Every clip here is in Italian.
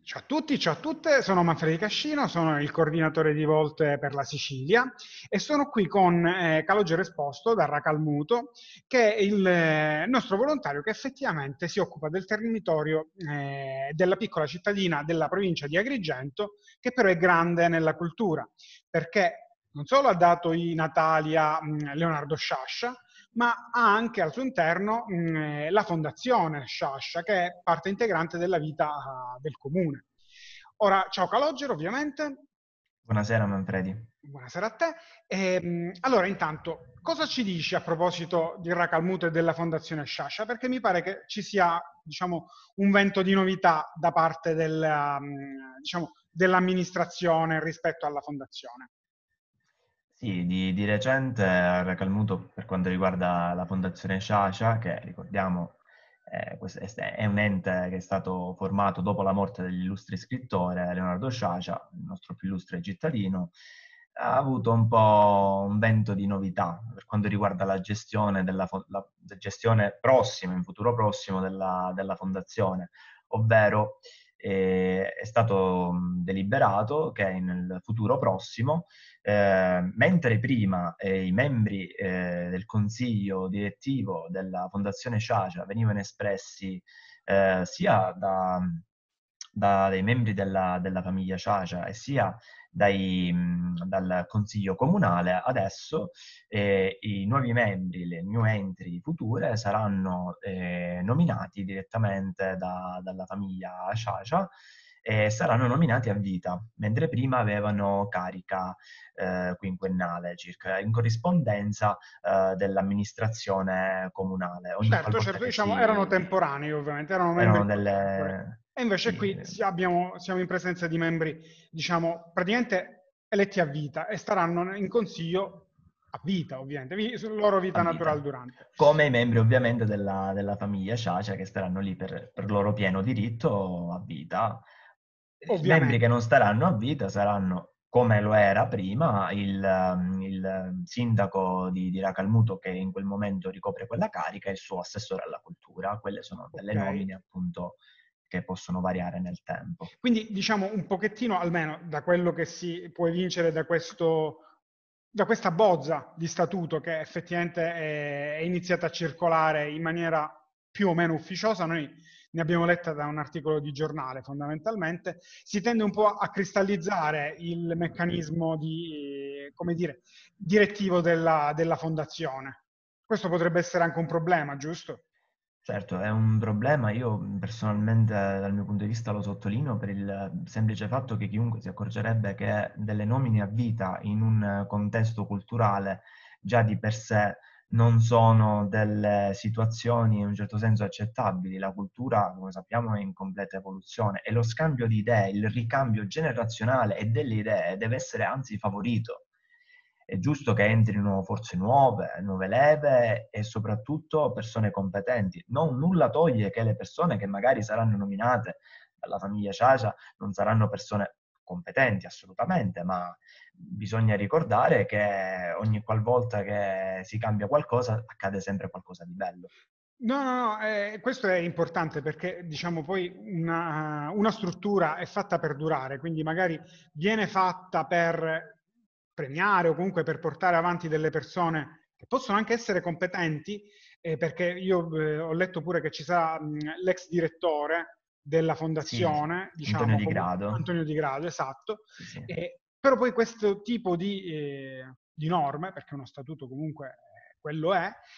Ciao a tutti, ciao a tutte, sono Manfredi Cascino, sono il coordinatore di Volte per la Sicilia e sono qui con Calogero Esposto da Racalmuto, che è il nostro volontario che effettivamente si occupa del territorio della piccola cittadina della provincia di Agrigento, che però è grande nella cultura, perché non solo ha dato i natali a Leonardo Sciascia, ma ha anche al suo interno la Fondazione Sciascia, che è parte integrante della vita del comune. Ora, ciao Calogero, ovviamente. Buonasera Manfredi. Buonasera a te. Allora, intanto, cosa ci dici a proposito di Racalmuto e della Fondazione Sciascia? Perché mi pare che ci sia, diciamo, un vento di novità da parte diciamo, dell'amministrazione rispetto alla Fondazione. Sì, di recente a Racalmuto per quanto riguarda la Fondazione Sciascia, che ricordiamo è un ente che è stato formato dopo la morte dell'illustre scrittore Leonardo Sciascia, il nostro più illustre cittadino, ha avuto un po' un vento di novità per quanto riguarda la gestione, la gestione prossima, in futuro prossimo della Fondazione, ovvero è stato deliberato che nel futuro prossimo mentre prima i membri del consiglio direttivo della Fondazione Sciascia venivano espressi sia dai membri della famiglia Sciascia e sia dal consiglio comunale, adesso i nuovi membri, le new entry future, saranno nominati direttamente dalla famiglia Sciascia e saranno nominati a vita, mentre prima avevano carica quinquennale circa, in corrispondenza dell'amministrazione comunale. Ogni Certo, qualvolta certo, che diciamo, erano si temporanei ovviamente, erano membri erano temporanei. delle... E invece Sì, qui siamo in presenza di membri, diciamo, praticamente eletti a vita e staranno in consiglio a vita, ovviamente, loro a vita naturale vita. durante. Come i membri ovviamente della famiglia Sciascia che staranno lì per loro pieno diritto a vita. I membri che Ovviamente. non staranno a vita saranno, come lo era prima, il sindaco di Racalmuto che in quel momento ricopre quella carica e il suo assessore alla cultura. Quelle sono delle Ok. nomine appunto che possono variare nel tempo. Quindi diciamo un pochettino, almeno da quello che si può evincere da questa bozza di statuto che effettivamente è iniziata a circolare in maniera più o meno ufficiosa, noi ne abbiamo letta da un articolo di giornale fondamentalmente, si tende un po' a cristallizzare il meccanismo come dire, direttivo della fondazione. Questo potrebbe essere anche un problema, giusto? Certo, è un problema, io personalmente dal mio punto di vista lo sottolineo per il semplice fatto che chiunque si accorgerebbe che delle nomine a vita in un contesto culturale già di per sé non sono delle situazioni in un certo senso accettabili. La cultura, come sappiamo, è in completa evoluzione e lo scambio di idee, il ricambio generazionale e delle idee deve essere anzi favorito. È giusto che entrino forze nuove, nuove leve e soprattutto persone competenti. Nulla toglie che le persone che magari saranno nominate dalla famiglia Sciascia non saranno persone competenti assolutamente, ma bisogna ricordare che ogni qualvolta che si cambia qualcosa accade sempre qualcosa di bello. No, no, no, questo è importante perché diciamo poi una struttura è fatta per durare, quindi magari viene fatta per premiare o comunque per portare avanti delle persone che possono anche essere competenti, perché io ho letto pure che ci sarà l'ex direttore della Sì, fondazione, Antonio diciamo, Di Grado. Antonio Di Grado, esatto, Sì, sì. però poi questo tipo di norme, perché uno statuto comunque quello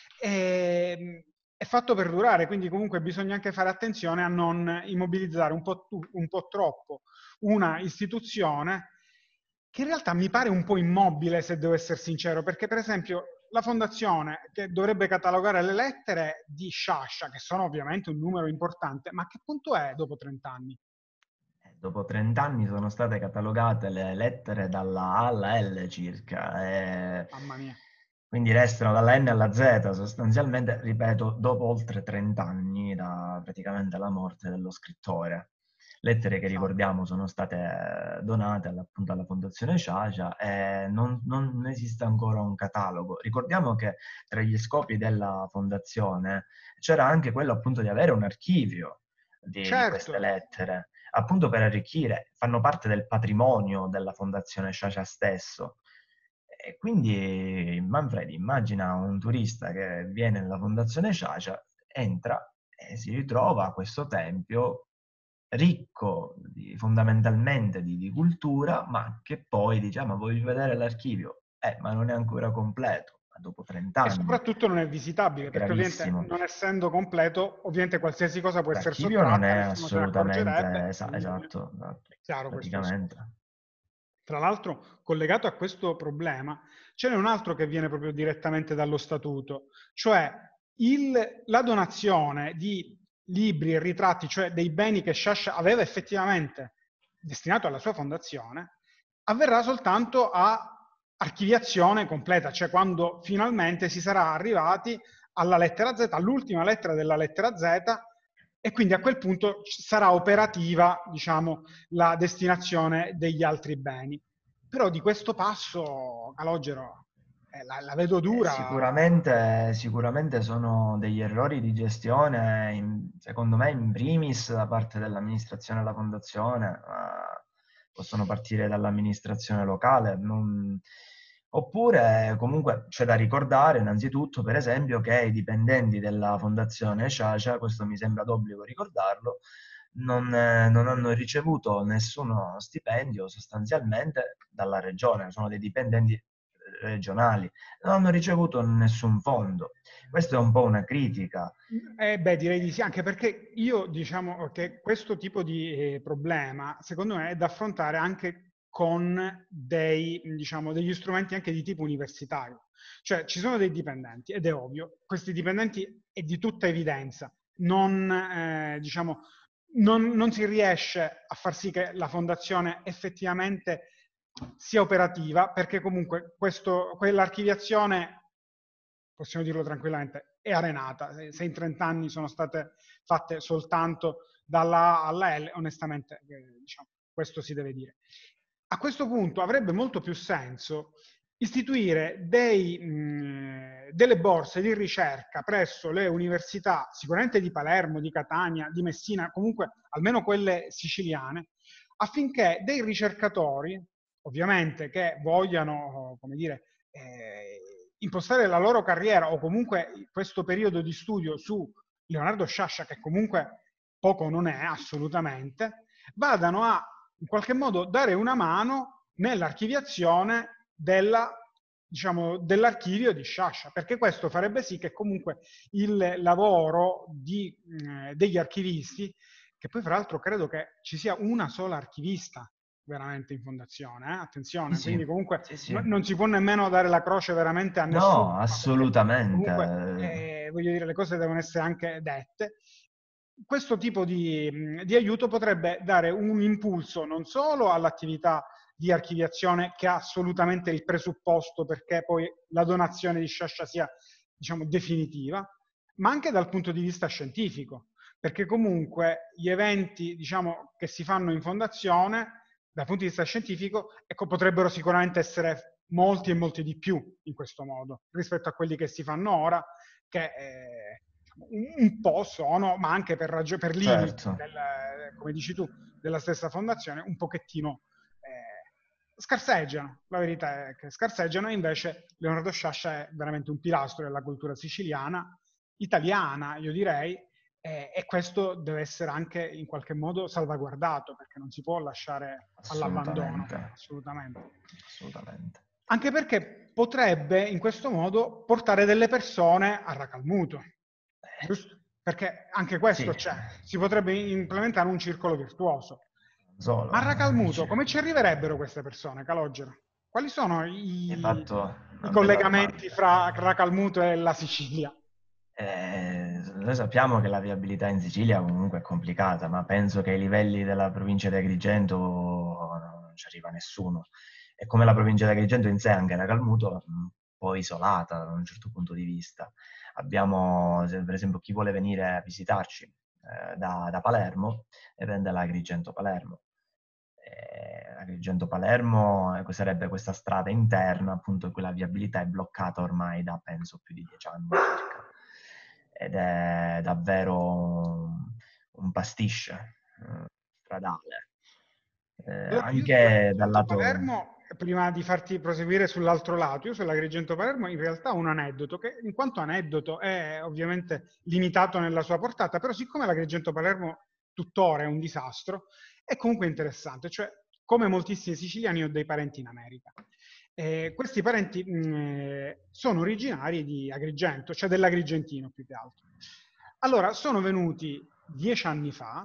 è fatto per durare, quindi comunque bisogna anche fare attenzione a non immobilizzare un po' troppo una istituzione che in realtà mi pare un po' immobile, se devo essere sincero, perché per esempio la fondazione che dovrebbe catalogare le lettere di Sciascia, che sono ovviamente un numero importante, ma a che punto è dopo 30 anni? Dopo 30 anni sono state catalogate le lettere dalla A alla L circa, Mamma mia. quindi restano dalla N alla Z sostanzialmente, ripeto, dopo oltre 30 anni da praticamente la morte dello scrittore. Lettere che Esatto. ricordiamo sono state donate appunto alla Fondazione Sciascia e non esiste ancora un catalogo. Ricordiamo che tra gli scopi della Fondazione c'era anche quello appunto di avere un archivio di queste Certo, lettere. appunto per arricchire, fanno parte del patrimonio della Fondazione Sciascia stesso. E quindi, Manfredi, immagina un turista che viene nella Fondazione Sciascia, entra e si ritrova questo tempio ricco fondamentalmente di cultura, ma che poi dice, ma voglio vedere l'archivio? Ma non è ancora completo, ma dopo 30 E anni. soprattutto non è È visitabile, perché ovviamente gravissimo. non essendo completo, ovviamente qualsiasi cosa può essere L'archivio non è sottratta, nessuno se ne assolutamente accorgerebbe. esatto, esatto, È chiaro questo praticamente. discorso. Tra l'altro, collegato a questo problema, ce n'è un altro che viene proprio direttamente dallo statuto, cioè la donazione di libri e ritratti, cioè dei beni che Sciascia aveva effettivamente destinato alla sua fondazione, avverrà soltanto a archiviazione completa, cioè quando finalmente si sarà arrivati alla lettera Z, all'ultima lettera della lettera Z, e quindi a quel punto sarà operativa, diciamo, la destinazione degli altri beni. Però di questo passo, Calogero, la vedo dura. Sicuramente sono degli errori di gestione, secondo me in primis da parte dell'amministrazione della fondazione, ma possono partire dall'amministrazione locale. Oppure comunque c'è da ricordare innanzitutto, per esempio, che i dipendenti della fondazione Sciascia, questo mi sembra d'obbligo ricordarlo, non hanno ricevuto nessuno stipendio sostanzialmente dalla regione, sono dei dipendenti regionali, non hanno ricevuto nessun fondo. Questa è un po' una critica. Beh, direi di sì, anche perché io diciamo che questo tipo di problema, secondo me, è da affrontare anche con diciamo, degli strumenti anche di tipo universitario. Cioè, ci sono dei dipendenti, ed è ovvio, questi dipendenti è di tutta evidenza, diciamo, non si riesce a far sì che la fondazione effettivamente sia operativa, perché comunque quell'archiviazione, possiamo dirlo tranquillamente, è arenata. Se in 30 anni sono state fatte soltanto dalla A alla L, onestamente, diciamo, questo si deve dire. A questo punto avrebbe molto più senso istituire delle borse di ricerca presso le università, sicuramente di Palermo, di Catania, di Messina, comunque almeno quelle siciliane, affinché dei ricercatori, ovviamente che vogliano, come dire, impostare la loro carriera o comunque questo periodo di studio su Leonardo Sciascia, che comunque poco non è assolutamente, vadano a in qualche modo dare una mano nell'archiviazione diciamo, dell'archivio di Sciascia, perché questo farebbe sì che comunque il lavoro degli archivisti, che poi fra l'altro credo che ci sia una sola archivista veramente in fondazione, Sì, attenzione, quindi sì, comunque sì, sì. non si può nemmeno dare la croce veramente a nessuno, No, ma perché assolutamente. comunque voglio dire le cose devono essere anche dette. Questo tipo di aiuto potrebbe dare un impulso non solo all'attività di archiviazione, che ha assolutamente il presupposto perché poi la donazione di Sciascia sia, diciamo, definitiva, ma anche dal punto di vista scientifico, perché comunque gli eventi, diciamo, che si fanno in fondazione dal punto di vista scientifico, ecco, potrebbero sicuramente essere molti e molti di più in questo modo rispetto a quelli che si fanno ora, che un po' sono, ma anche per limiti, Certo. come dici tu, della stessa fondazione, un pochettino scarseggiano. La verità è che scarseggiano, e invece Leonardo Sciascia è veramente un pilastro della cultura siciliana, italiana, io direi, e questo deve essere anche in qualche modo salvaguardato, perché non si può lasciare all'abbandono, Assolutamente, assolutamente. assolutamente. Anche perché potrebbe in questo modo portare delle persone a Racalmuto, giusto? Perché anche questo Sì, c'è, si potrebbe implementare un circolo virtuoso. non solo. Ma a Racalmuto come ci arriverebbero queste persone, Calogero? Quali sono Hai i, fatto i una bella collegamenti domanda. fra Racalmuto e la Sicilia? Noi sappiamo che la viabilità in Sicilia comunque è complicata, ma penso che ai livelli della provincia di Agrigento non ci arriva nessuno. E come la provincia di Agrigento in sé, anche da Calmuto, un po' isolata da un certo punto di vista. Abbiamo, per esempio, chi vuole venire a visitarci da Palermo e prende l'Agrigento-Palermo. Agrigento-Palermo sarebbe questa strada interna, appunto, in cui la viabilità è bloccata ormai da, penso, più di 10 anni circa. Ed è davvero un pasticcio. stradale. Allora, io Anche dal sull'Agrigento lato... Palermo, prima di farti proseguire sull'altro lato, io sull'Agrigento Palermo in realtà ho un aneddoto che in quanto aneddoto è ovviamente limitato nella sua portata, però siccome l'Agrigento Palermo tuttora è un disastro, è comunque interessante, cioè come moltissimi siciliani ho dei parenti in America. Questi parenti sono originari di Agrigento, cioè dell'Agrigentino più che altro. Allora, sono venuti 10 anni fa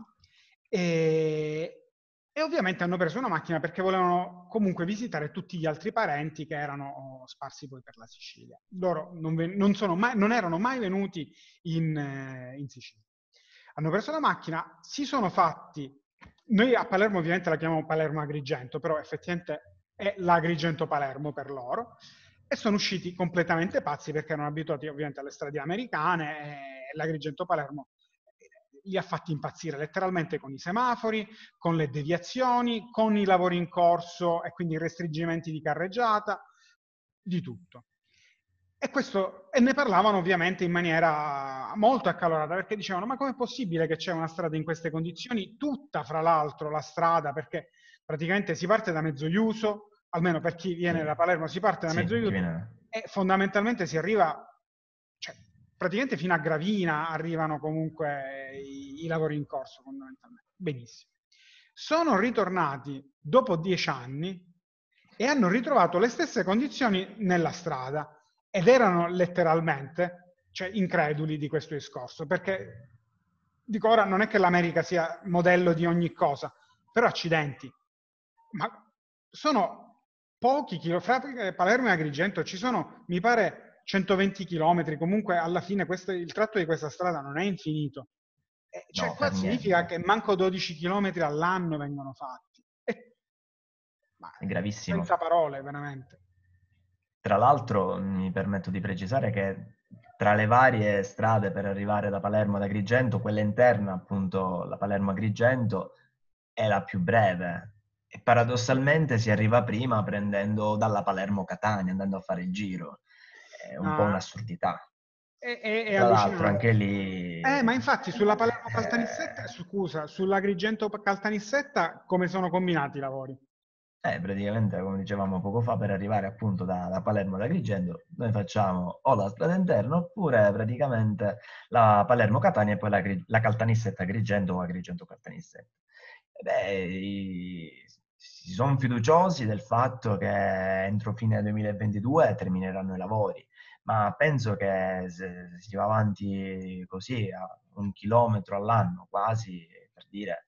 e, e ovviamente hanno preso una macchina perché volevano comunque visitare tutti gli altri parenti che erano sparsi poi per la Sicilia. Loro non erano mai venuti in Sicilia. Hanno preso la macchina, si sono fatti. Noi a Palermo ovviamente la chiamiamo Palermo Agrigento, però effettivamente è l'Agrigento-Palermo per loro, e sono usciti completamente pazzi perché erano abituati ovviamente alle strade americane e l'Agrigento-Palermo li ha fatti impazzire letteralmente con i semafori, con le deviazioni, con i lavori in corso e quindi i restringimenti di carreggiata, di tutto. E ne parlavano ovviamente in maniera molto accalorata perché dicevano: ma com'è possibile che c'è una strada in queste condizioni? Tutta, fra l'altro, la strada, perché praticamente si parte da Mezzoiuso, almeno per chi viene Sì, da Palermo, si parte da sì, chi Mezzoiuso viene... e fondamentalmente si arriva, cioè, praticamente fino a Gravina arrivano comunque i lavori in corso, fondamentalmente. Benissimo. Sono ritornati dopo 10 anni e hanno ritrovato le stesse condizioni nella strada ed erano letteralmente, cioè, increduli di questo discorso, perché dico ora non è che l'America sia modello di ogni cosa, però accidenti, ma sono pochi chilometri, fra Palermo e Agrigento ci sono, mi pare, 120 chilometri, comunque alla fine il tratto di questa strada non è infinito. Cioè No, qua per significa niente. che manco 12 chilometri all'anno vengono fatti. Ma È gravissimo. senza parole, veramente. Tra l'altro mi permetto di precisare che tra le varie strade per arrivare da Palermo ad Agrigento, quella interna, appunto la Palermo-Agrigento, è la più breve. E paradossalmente si arriva prima prendendo dalla Palermo-Catania, andando a fare il giro. È un po' No, un'assurdità. è Tra l'altro allucinante. anche lì... Ma infatti sulla Palermo Caltanissetta, scusa, sull'Agrigento Caltanissetta come sono combinati i lavori? Praticamente, come dicevamo poco fa, per arrivare appunto da Palermo ad Agrigento, noi facciamo o la strada interna oppure praticamente la Palermo-Catania e poi la Caltanissetta-Agrigento o Agrigento-Caltanissetta. E beh, si sono fiduciosi del fatto che entro fine 2022 termineranno i lavori, ma penso che se si va avanti così a 1 chilometro all'anno quasi, per dire,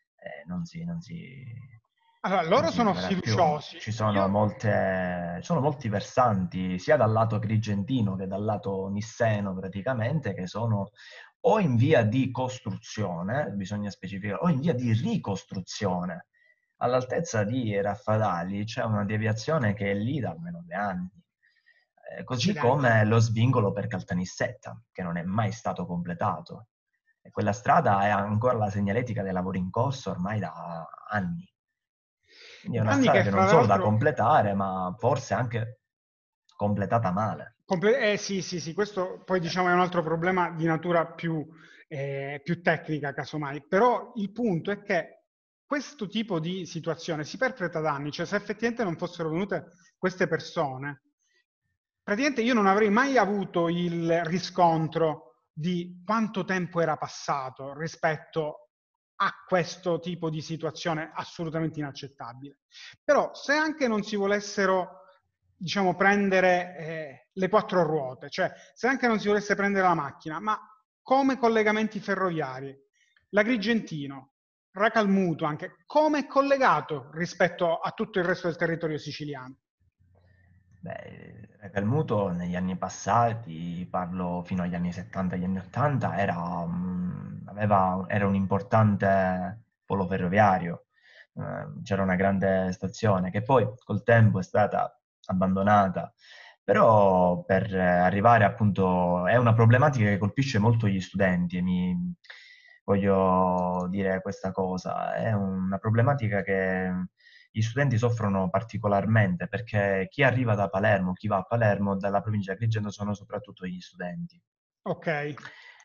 Allora, non loro si sono muoverà più. fiduciosi. Ci sono molti versanti, sia dal lato agrigentino che dal lato nisseno praticamente, che sono o in via di costruzione, bisogna specificare, o in via di ricostruzione. All'altezza di Raffadali c'è una deviazione che è lì da almeno 2 anni. Così Accidenti. come lo svincolo per Caltanissetta, che non è mai stato completato. E quella strada ha ancora la segnaletica dei lavori in corso ormai da anni. Quindi è una Danni strada che che fra non solo da l'altro completare, ma forse anche completata male. Sì, sì, sì, questo poi diciamo è un altro problema di natura più tecnica, casomai. Però il punto è che questo tipo di situazione si perpetra da anni, cioè se effettivamente non fossero venute queste persone, praticamente io non avrei mai avuto il riscontro di quanto tempo era passato rispetto a questo tipo di situazione assolutamente inaccettabile. Però se anche non si volessero diciamo, prendere le quattro ruote, cioè se anche non si volesse prendere la macchina, ma come collegamenti ferroviari, l'Agrigentino, Racalmuto anche, come è collegato rispetto a tutto il resto del territorio siciliano? Beh, Calmuto negli anni passati, parlo fino agli anni 70 e agli anni 80, era un importante polo ferroviario. C'era una grande stazione che poi col tempo è stata abbandonata, però per arrivare appunto è una problematica che colpisce molto gli studenti e mi voglio dire questa cosa, è una problematica che gli studenti soffrono particolarmente perché chi arriva da Palermo, chi va a Palermo, dalla provincia di Agrigento sono soprattutto gli studenti. Ok.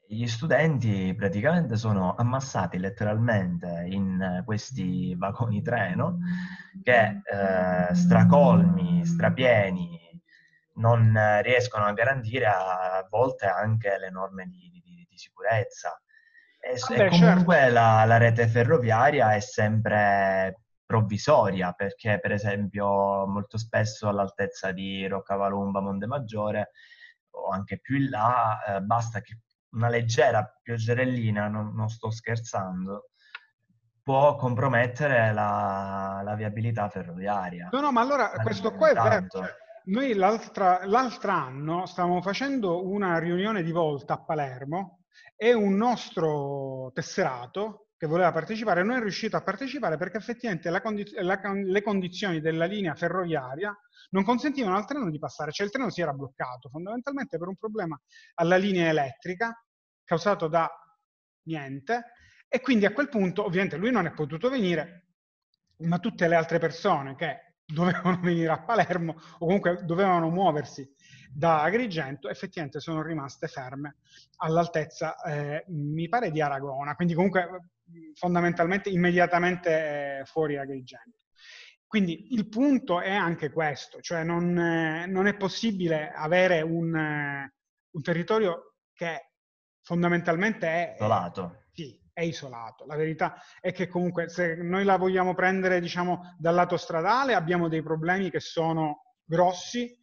Gli studenti praticamente sono ammassati letteralmente in questi vagoni treno che stracolmi, strapieni, non riescono a garantire a volte anche le norme di sicurezza. E Vabbè, certo. comunque la rete ferroviaria è sempre provvisoria, perché per esempio molto spesso all'altezza di Roccavalumba, Monte Maggiore o anche più in là, basta che una leggera pioggerellina, non sto scherzando, può compromettere la viabilità ferroviaria. No, no, ma allora questo qua è vero. Tanto. Cioè, noi l'altro anno stavamo facendo una riunione di volta a Palermo e un nostro tesserato che voleva partecipare non è riuscito a partecipare perché effettivamente le condizioni della linea ferroviaria non consentivano al treno di passare, cioè il treno si era bloccato fondamentalmente per un problema alla linea elettrica causato da niente e quindi a quel punto ovviamente lui non è potuto venire, ma tutte le altre persone che dovevano venire a Palermo o comunque dovevano muoversi da Agrigento effettivamente sono rimaste ferme all'altezza, mi pare, di Aragona, quindi comunque fondamentalmente immediatamente fuori Agrigento. Quindi il punto è anche questo, cioè non è possibile avere un territorio che fondamentalmente Isolato. sì, è isolato. La verità è che comunque se noi la vogliamo prendere, diciamo, dal lato stradale, abbiamo dei problemi che sono grossi,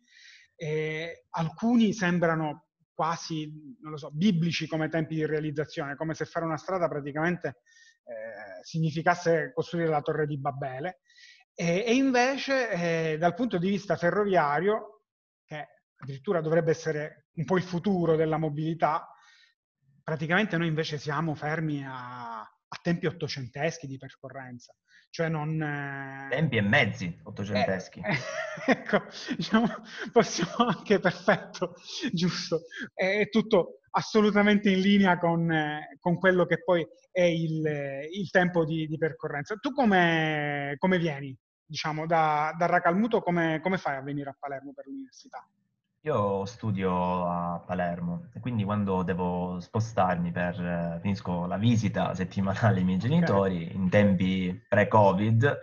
alcuni sembrano quasi, non lo so, biblici come tempi di realizzazione, come se fare una strada praticamente significasse costruire la Torre di Babele. E invece, dal punto di vista ferroviario, che addirittura dovrebbe essere un po' il futuro della mobilità, praticamente noi invece siamo fermi a tempi ottocenteschi di percorrenza. Cioè non... Tempi e mezzi ottocenteschi. ecco, diciamo, possiamo anche, perfetto, giusto, è tutto assolutamente in linea con quello che poi è il tempo di percorrenza. Tu come vieni, diciamo, da Racalmuto, come fai a venire a Palermo per l'università? Io studio a Palermo e quindi quando devo spostarmi finisco la visita settimanale ai miei Ok, genitori in tempi pre-Covid,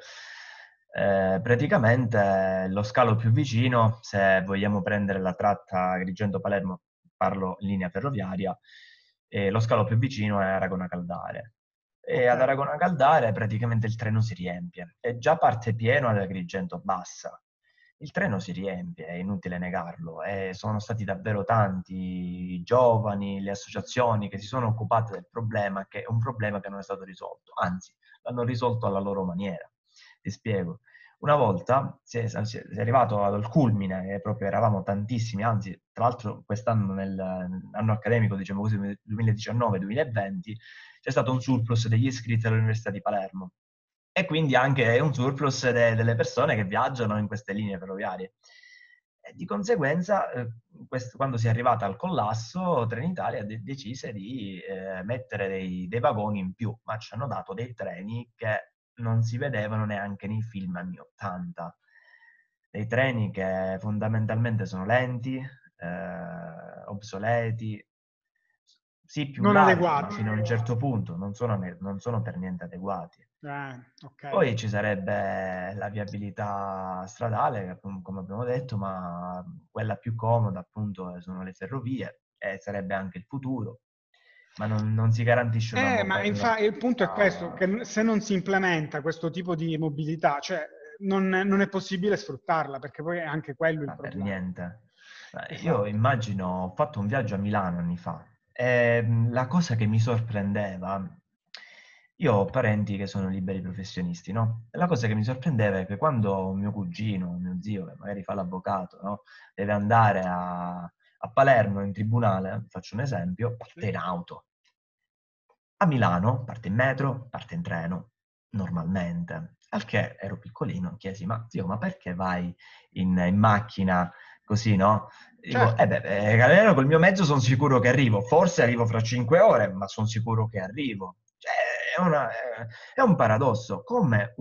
praticamente lo scalo più vicino, se vogliamo prendere la tratta Agrigento-Palermo, parlo in linea ferroviaria, lo scalo più vicino è Aragona Caldare. E ok. ad Aragona Caldare praticamente il treno si riempie e già parte pieno ad Agrigento Bassa. Il treno si riempie, è inutile negarlo, e sono stati davvero tanti i giovani, le associazioni che si sono occupate del problema, che è un problema che non è stato risolto, anzi, l'hanno risolto alla loro maniera. Ti spiego. Una volta si è arrivato al culmine, e proprio eravamo tantissimi, anzi, tra l'altro quest'anno, nell'anno accademico, diciamo così, 2019-2020, c'è stato un surplus degli iscritti all'Università di Palermo e quindi anche un surplus delle persone che viaggiano in queste linee ferroviarie. E di conseguenza, quando si è arrivata al collasso, Trenitalia decise di mettere dei vagoni in più, ma ci hanno dato dei treni che non si vedevano neanche nei film anni 80. Dei treni che fondamentalmente sono lenti, obsoleti, sì, più Non larghi, ma adeguati. fino a un certo punto non sono per niente adeguati. Ok. Poi ci sarebbe la viabilità stradale, che come abbiamo detto, ma quella più comoda appunto sono le ferrovie e sarebbe anche il futuro, ma non si garantisce Ma una infatti il punto è questo, mobilità. che se non si implementa questo tipo di mobilità, cioè non è possibile sfruttarla, perché poi è anche quello il Ma per problema. niente. Io Esatto. immagino, ho fatto un viaggio a Milano anni fa e la cosa che mi sorprendeva, io ho parenti che sono liberi professionisti, no? E la cosa che mi sorprendeva è che quando mio cugino, mio zio, che magari fa l'avvocato, no? Deve andare a Palermo in tribunale, faccio un esempio, parte Sì. in auto. A Milano parte in metro, parte in treno, normalmente. Al che ero piccolino, chiesi, ma zio, ma perché vai in macchina così, no? Dico, Certo. almeno col mio mezzo sono sicuro che arrivo. Forse arrivo fra 5 ore, ma sono sicuro che arrivo. Cioè, è un paradosso. Come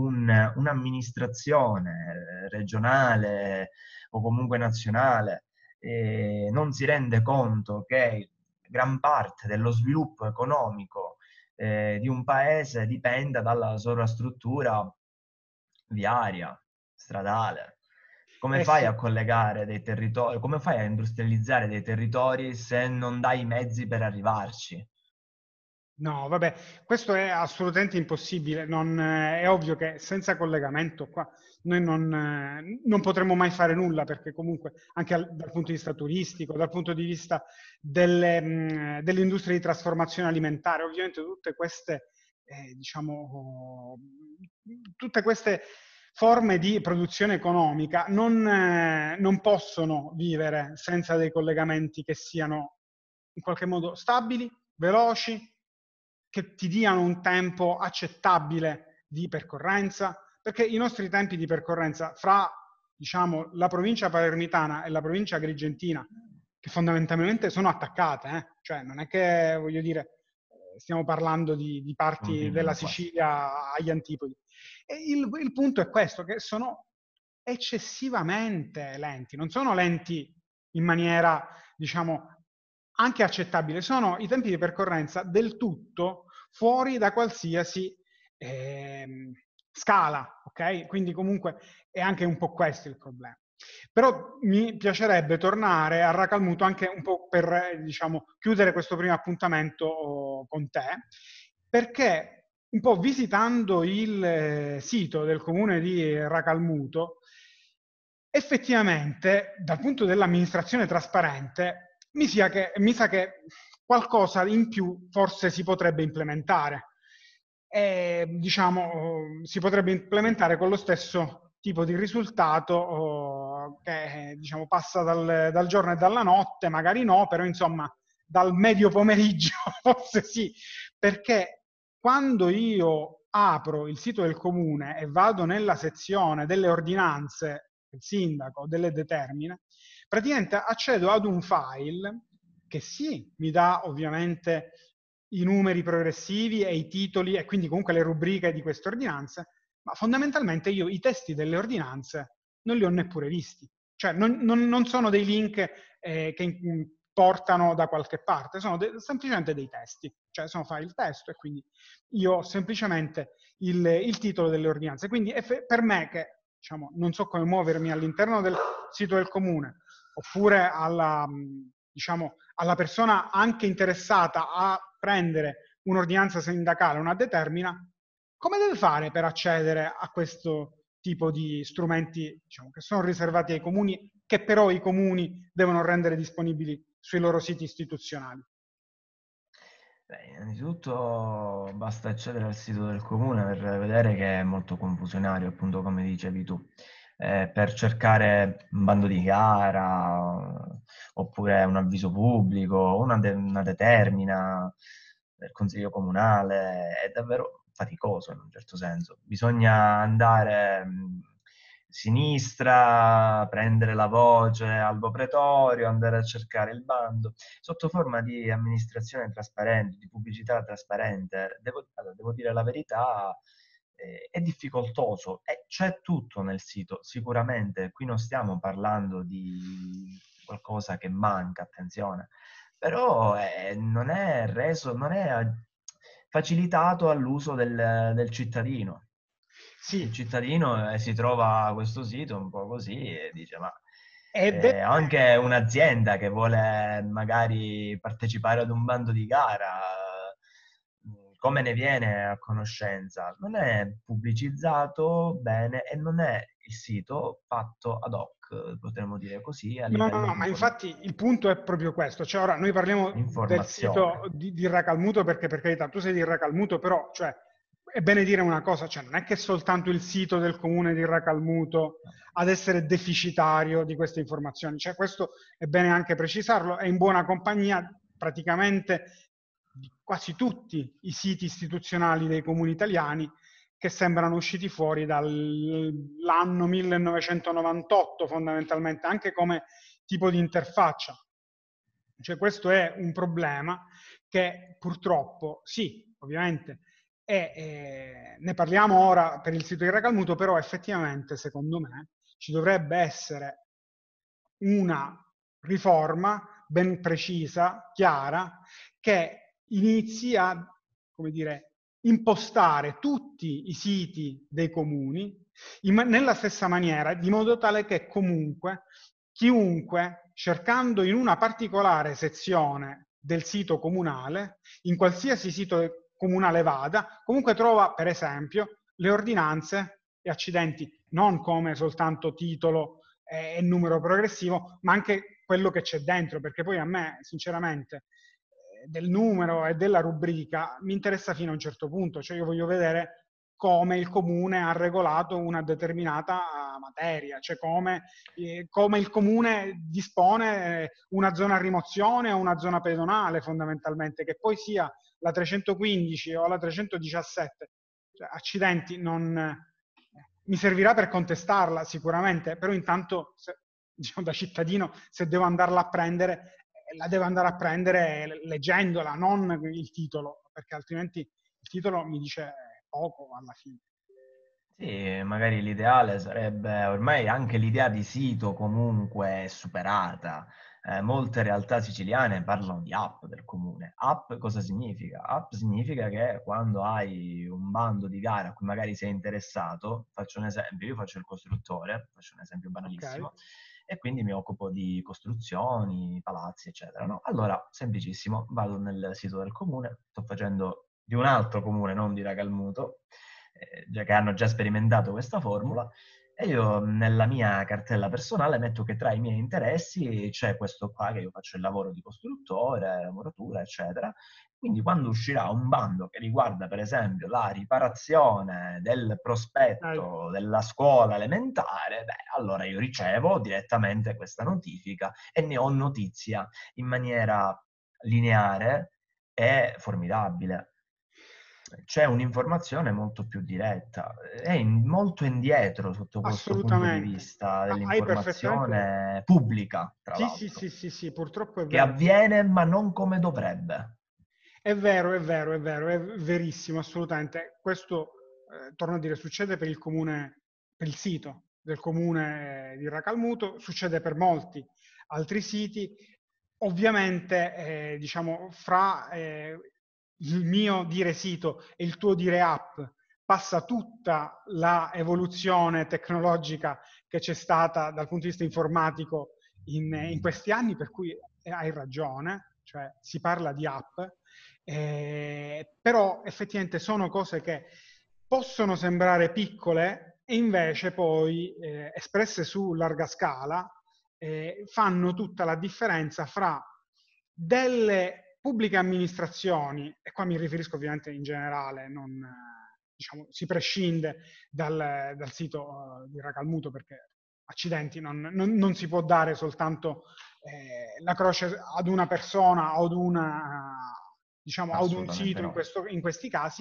un'amministrazione regionale o comunque nazionale non si rende conto che gran parte dello sviluppo economico di un paese dipenda dalla sovrastruttura viaria, stradale. Come Eh fai sì. a collegare dei territori, come fai a industrializzare dei territori se non dai i mezzi per arrivarci? No, vabbè, questo è assolutamente impossibile. È ovvio che senza collegamento qua noi non potremo mai fare nulla, perché comunque anche dal punto di vista turistico, dal punto di vista delle industrie di trasformazione alimentare, ovviamente tutte queste, diciamo, tutte queste forme di produzione economica non possono vivere senza dei collegamenti che siano in qualche modo stabili, veloci, che ti diano un tempo accettabile di percorrenza, perché i nostri tempi di percorrenza fra, diciamo, la provincia palermitana e la provincia agrigentina, che fondamentalmente sono attaccate, cioè non è che, voglio dire, stiamo parlando di parti della Confinano quasi. Sicilia agli antipodi. E il punto è questo, che sono eccessivamente lenti, non sono lenti in maniera, diciamo, anche accettabile, sono i tempi di percorrenza del tutto fuori da qualsiasi scala, ok? Quindi comunque è anche un po' questo il problema. Però mi piacerebbe tornare a Racalmuto anche un po' per, diciamo, chiudere questo primo appuntamento con te, perché un po' visitando il sito del comune di Racalmuto, effettivamente dal punto dell'amministrazione trasparente mi sa che qualcosa in più forse si potrebbe implementare. E, diciamo, si potrebbe implementare con lo stesso tipo di risultato che diciamo, passa dal giorno e dalla notte, magari no, però insomma dal medio pomeriggio forse sì, perché quando io apro il sito del comune e vado nella sezione delle ordinanze del sindaco, delle determine, praticamente accedo ad un file che sì, mi dà ovviamente i numeri progressivi e i titoli e quindi comunque le rubriche di queste ordinanze, ma fondamentalmente io i testi delle ordinanze non li ho neppure visti. Cioè non sono dei link che portano da qualche parte, sono semplicemente dei testi, cioè sono file testo e quindi io ho semplicemente il titolo delle ordinanze. Quindi per me che diciamo, non so come muovermi all'interno del sito del comune oppure diciamo, alla persona anche interessata a prendere un'ordinanza sindacale, una determina, come deve fare per accedere a questo tipo di strumenti, diciamo, che sono riservati ai comuni, che però i comuni devono rendere disponibili sui loro siti istituzionali? Beh, innanzitutto basta accedere al sito del comune per vedere che è molto confusionario, appunto come dicevi tu. Per cercare un bando di gara oppure un avviso pubblico, una determina del consiglio comunale è davvero faticoso in un certo senso. Bisogna andare sinistra, prendere la voce albo pretorio, andare a cercare il bando sotto forma di amministrazione trasparente, di pubblicità trasparente. Allora, devo dire la verità, è difficoltoso e c'è tutto nel sito, sicuramente. Qui non stiamo parlando di qualcosa che manca, attenzione, però non è facilitato all'uso del cittadino. Il Sì, cittadino si trova questo sito un po' così e dice: Ma è vero. anche un'azienda che vuole magari partecipare ad un bando di gara, come ne viene a conoscenza? Non è pubblicizzato bene e non è il sito fatto ad hoc, potremmo dire così, a No, no, livello no, di ma infatti il punto è proprio questo. Cioè, ora noi parliamo del informazione. sito di Racalmuto perché per carità tu sei di Racalmuto, però cioè, è bene dire una cosa, cioè, non è che è soltanto il sito del comune di Racalmuto ad essere deficitario di queste informazioni, cioè, questo è bene anche precisarlo, è in buona compagnia praticamente di quasi tutti i siti istituzionali dei comuni italiani che sembrano usciti fuori dall'anno 1998 fondamentalmente, anche come tipo di interfaccia. Cioè questo è un problema che purtroppo, sì, ovviamente, ne parliamo ora per il sito di Racalmuto, però effettivamente, secondo me, ci dovrebbe essere una riforma ben precisa, chiara, che inizi a, come dire, impostare tutti i siti dei comuni nella stessa maniera, di modo tale che comunque chiunque, cercando in una particolare sezione del sito comunale, in qualsiasi sito comunale vada, comunque trova, per esempio, le ordinanze e accidenti, non come soltanto titolo e numero progressivo, ma anche quello che c'è dentro, perché poi a me, sinceramente, del numero e della rubrica mi interessa fino a un certo punto, cioè io voglio vedere come il comune ha regolato una determinata materia, cioè come il comune dispone una zona a rimozione o una zona pedonale fondamentalmente, che poi sia la 315 o la 317, cioè, accidenti, mi servirà per contestarla sicuramente, però intanto, diciamo, da cittadino, se devo andarla a prendere, la devo andare a prendere leggendola, non il titolo, perché altrimenti il titolo mi dice poco alla fine. Sì, magari l'ideale sarebbe, ormai anche l'idea di sito comunque è superata. Molte realtà siciliane parlano di app del comune. App cosa significa? App significa che quando hai un bando di gara a cui magari sei interessato, faccio un esempio, io faccio il costruttore, faccio un esempio Ok? banalissimo, e quindi mi occupo di costruzioni, palazzi, eccetera, no? Allora, semplicissimo, vado nel sito del comune, sto facendo di un altro comune, non di Racalmuto, che hanno già sperimentato questa formula, e io nella mia cartella personale metto che tra i miei interessi c'è questo qua, che io faccio il lavoro di costruttore, muratura, eccetera. Quindi quando uscirà un bando che riguarda per esempio la riparazione del prospetto della scuola elementare, beh, allora io ricevo direttamente questa notifica e ne ho notizia in maniera lineare e formidabile. C'è un'informazione molto più diretta, è molto indietro sotto questo punto di Assolutamente. vista Hai perfettamente... dell'informazione pubblica, tra Sì, sì, l'altro, sì, sì, sì, purtroppo è che vero. avviene ma non come dovrebbe. È vero, è vero, è vero, è verissimo, assolutamente. Questo, torno a dire, succede per il comune, per il sito del comune di Racalmuto, succede per molti altri siti. Ovviamente, diciamo, fra il mio dire sito e il tuo dire app passa tutta la evoluzione tecnologica che c'è stata dal punto di vista informatico in questi anni, per cui hai ragione, cioè si parla di app, però effettivamente sono cose che possono sembrare piccole e invece poi espresse su larga scala fanno tutta la differenza fra delle pubbliche amministrazioni, e qua mi riferisco ovviamente in generale, non, diciamo, si prescinde dal sito di Racalmuto perché accidenti, non si può dare soltanto la croce ad una persona o ad una, diciamo, ad un Assolutamente sito no. in questi casi,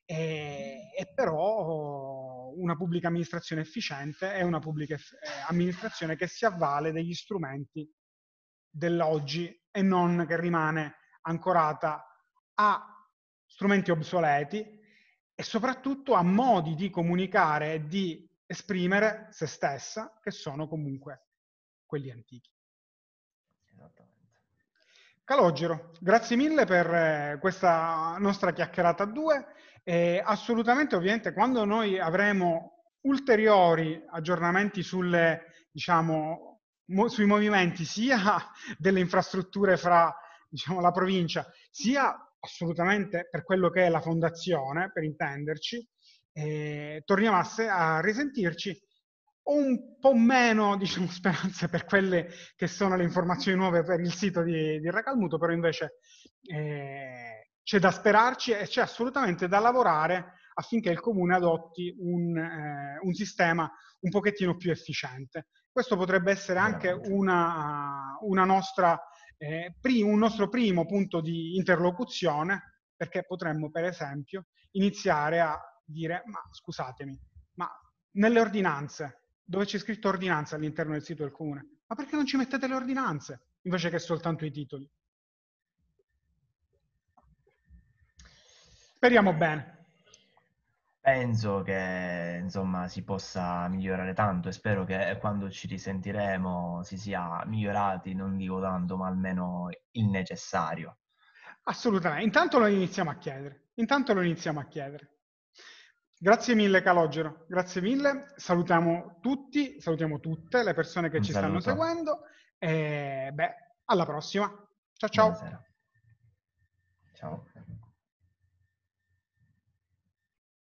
e però una pubblica amministrazione efficiente è una pubblica amministrazione che si avvale degli strumenti dell'oggi e non che rimane ancorata a strumenti obsoleti e soprattutto a modi di comunicare e di esprimere se stessa che sono comunque quelli antichi. Esattamente. Calogero, grazie mille per questa nostra chiacchierata a due. Assolutamente, ovviamente, quando noi avremo ulteriori aggiornamenti sulle, diciamo, sui movimenti sia delle infrastrutture fra, diciamo, la provincia, sia assolutamente per quello che è la fondazione, per intenderci, torniamo a risentirci. Ho un po' meno, diciamo, speranze per quelle che sono le informazioni nuove per il sito di Racalmuto, però invece c'è da sperarci e c'è assolutamente da lavorare affinché il comune adotti un sistema un pochettino più efficiente. Questo potrebbe essere anche Sicuramente. una nostra, un nostro primo punto di interlocuzione, perché potremmo, per esempio, iniziare a dire, ma scusatemi, ma nelle ordinanze, dove c'è scritto ordinanza all'interno del sito del comune, ma perché non ci mettete le ordinanze invece che soltanto i titoli? Speriamo bene. penso che insomma si possa migliorare tanto e spero che quando ci risentiremo si sia migliorati, non dico tanto, ma almeno il necessario. Assolutamente. Intanto lo iniziamo a chiedere. Intanto lo iniziamo a chiedere. Grazie mille Calogero, grazie mille. Salutiamo tutti, salutiamo tutte le persone che Un ci stanno saluto, seguendo e beh, alla prossima. Ciao ciao. buonasera. Ciao.